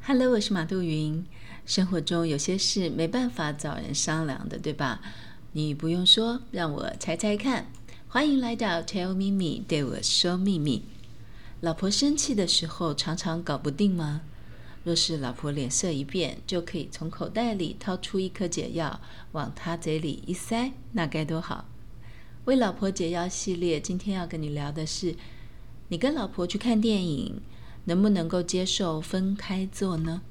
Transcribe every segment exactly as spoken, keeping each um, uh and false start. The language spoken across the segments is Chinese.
Hello， 我是马杜云。生活中有些事没办法找人商量的，对吧？你不用说，让我猜猜看。欢迎来到 Tell Me Me， 对我说秘密。老婆生气的时候常常搞不定吗？若是老婆脸色一变，就可以从口袋里掏出一颗解药，往她嘴里一塞，那该多好。为老婆解药系列，今天要跟你聊的是，你跟老婆去看电影，能不能够接受分开坐呢？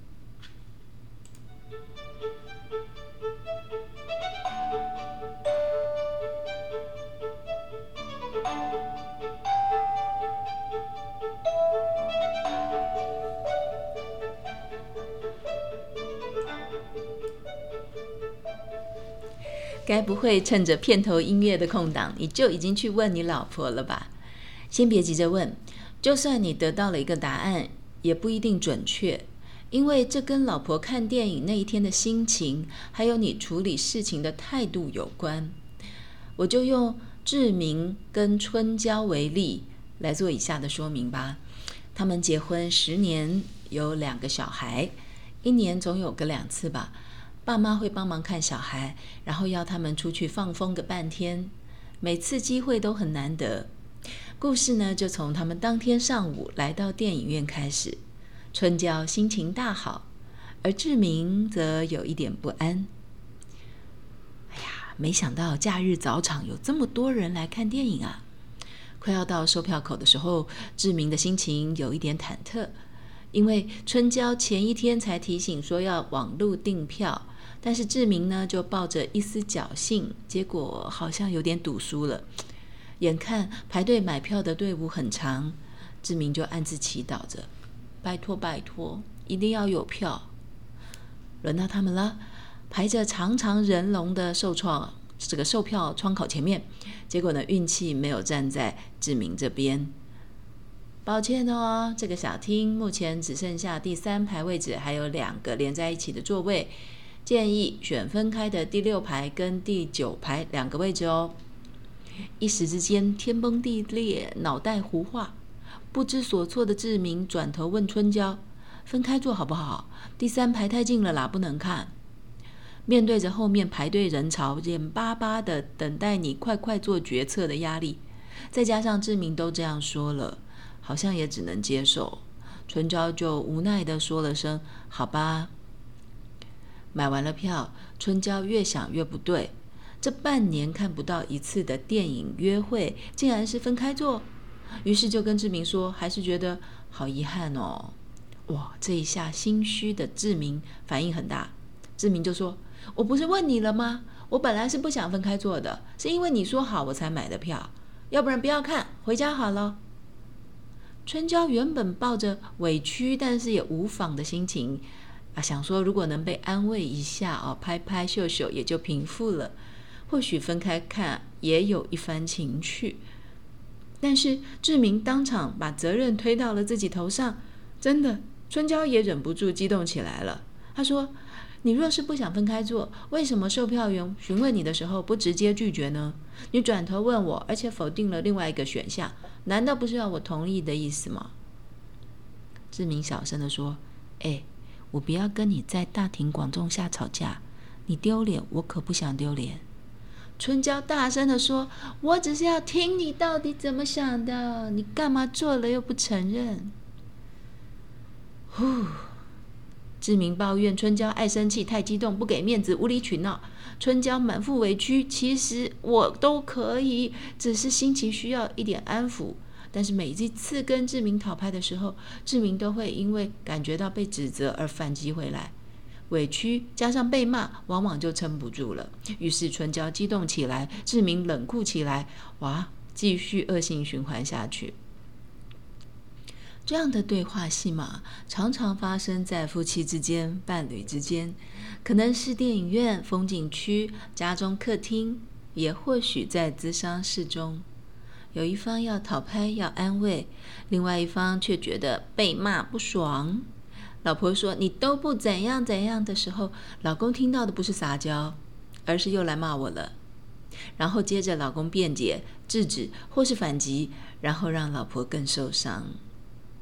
该不会趁着片头音乐的空档，你就已经去问你老婆了吧？先别急着问，就算你得到了一个答案，也不一定准确，因为这跟老婆看电影那一天的心情，还有你处理事情的态度有关。我就用志明跟春娇为例来做以下的说明吧。他们结婚十年，有两个小孩，一年总有个两次吧。爸妈会帮忙看小孩，然后要他们出去放风个半天，每次机会都很难得。故事呢，就从他们当天上午来到电影院开始。春娇心情大好，而志明则有一点不安。哎呀，没想到假日早场有这么多人来看电影啊！快要到售票口的时候，志明的心情有一点忐忑，因为春娇前一天才提醒说要网路订票，但是志明呢就抱着一丝侥幸，结果好像有点赌输了。眼看排队买票的队伍很长，志明就暗自祈祷着，拜托拜托，一定要有票。轮到他们了，排着长长人龙的售窗这个售票窗口前面，结果呢运气没有站在志明这边。抱歉哦，这个小厅目前只剩下第三排位置，还有两个连在一起的座位，建议选分开的第六排跟第九排两个位置哦。一时之间天崩地裂，脑袋糊化，不知所措的志明转头问春娇，分开坐好不好？第三排太近了啦，不能看。面对着后面排队人潮，眼巴巴的等待你快快做决策的压力，再加上志明都这样说了，好像也只能接受。春娇就无奈的说了声好吧。买完了票，春娇越想越不对，这半年看不到一次的电影约会，竟然是分开坐。于是就跟志明说，还是觉得好遗憾哦。哇，这一下心虚的志明反应很大。志明就说，我不是问你了吗？我本来是不想分开坐的，是因为你说好我才买的票，要不然不要看，回家好了。春娇原本抱着委屈但是也无妨的心情啊，想说如果能被安慰一下哦，拍拍秀秀也就平复了，或许分开看也有一番情趣。但是志明当场把责任推到了自己头上，真的，春娇也忍不住激动起来了。他说，你若是不想分开坐，为什么售票员询问你的时候不直接拒绝呢？你转头问我，而且否定了另外一个选项，难道不是要我同意的意思吗？志明小声地说，哎，我不要跟你在大庭广众下吵架，你丢脸，我可不想丢脸。春娇大声地说，我只是要听你到底怎么想的，你干嘛做了又不承认？呼！志明抱怨春娇爱生气，太激动，不给面子，无理取闹。春娇满腹委屈，其实我都可以，只是心情需要一点安抚。但是每一次跟志明讨拍的时候，志明都会因为感觉到被指责而反击回来，委屈加上被骂，往往就撑不住了。于是春娇激动起来，志明冷酷起来，哇，继续恶性循环下去。这样的对话戏码常常发生在夫妻之间、伴侣之间，可能是电影院、风景区、家中客厅，也或许在咨商室中。有一方要讨拍要安慰，另外一方却觉得被骂不爽。老婆说你都不怎样怎样的时候，老公听到的不是撒娇，而是又来骂我了。然后接着老公辩解、制止或是反击，然后让老婆更受伤。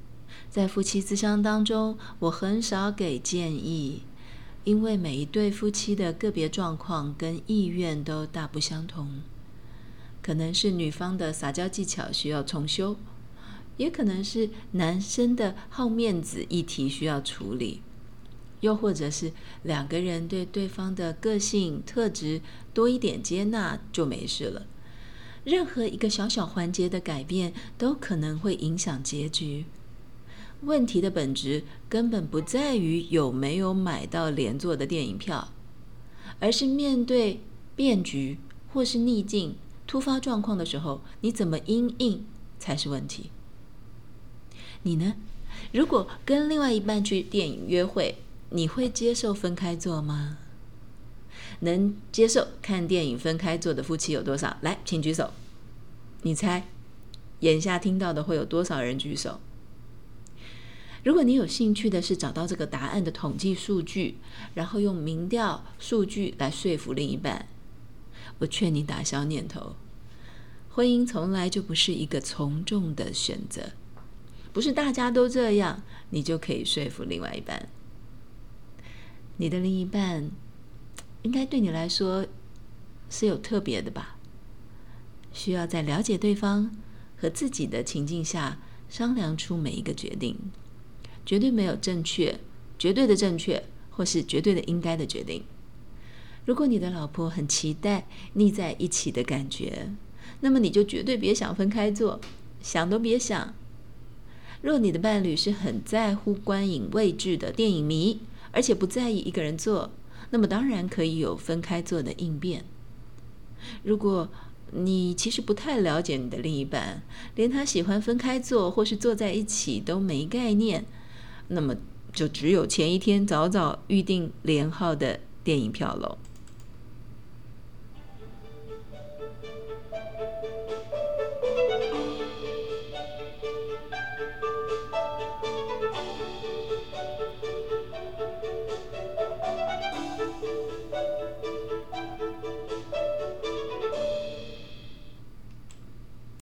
在夫妻咨商当中，我很少给建议，因为每一对夫妻的个别状况跟意愿都大不相同。可能是女方的撒娇技巧需要重修，也可能是男生的好面子议题需要处理，又或者是两个人对对方的个性特质多一点接纳就没事了。任何一个小小环节的改变都可能会影响结局。问题的本质根本不在于有没有买到连坐的电影票，而是面对变局或是逆境、突发状况的时候，你怎么因应才是问题。你呢？如果跟另外一半去电影约会，你会接受分开坐吗？能接受看电影分开坐的夫妻有多少？来，请举手。你猜，眼下听到的会有多少人举手？如果你有兴趣的是找到这个答案的统计数据，然后用民调数据来说服另一半，我劝你打消念头。婚姻从来就不是一个从众的选择，不是大家都这样，你就可以说服另外一半。你的另一半应该对你来说是有特别的吧？需要在了解对方和自己的情境下商量出每一个决定，绝对没有正确、绝对的正确或是绝对的应该的决定。如果你的老婆很期待腻在一起的感觉，那么你就绝对别想分开坐，想都别想。若你的伴侣是很在乎观影位置的电影迷，而且不在意一个人坐，那么当然可以有分开坐的应变。如果你其实不太了解你的另一半，连他喜欢分开坐或是坐在一起都没概念，那么就只有前一天早早预定连号的电影票喽。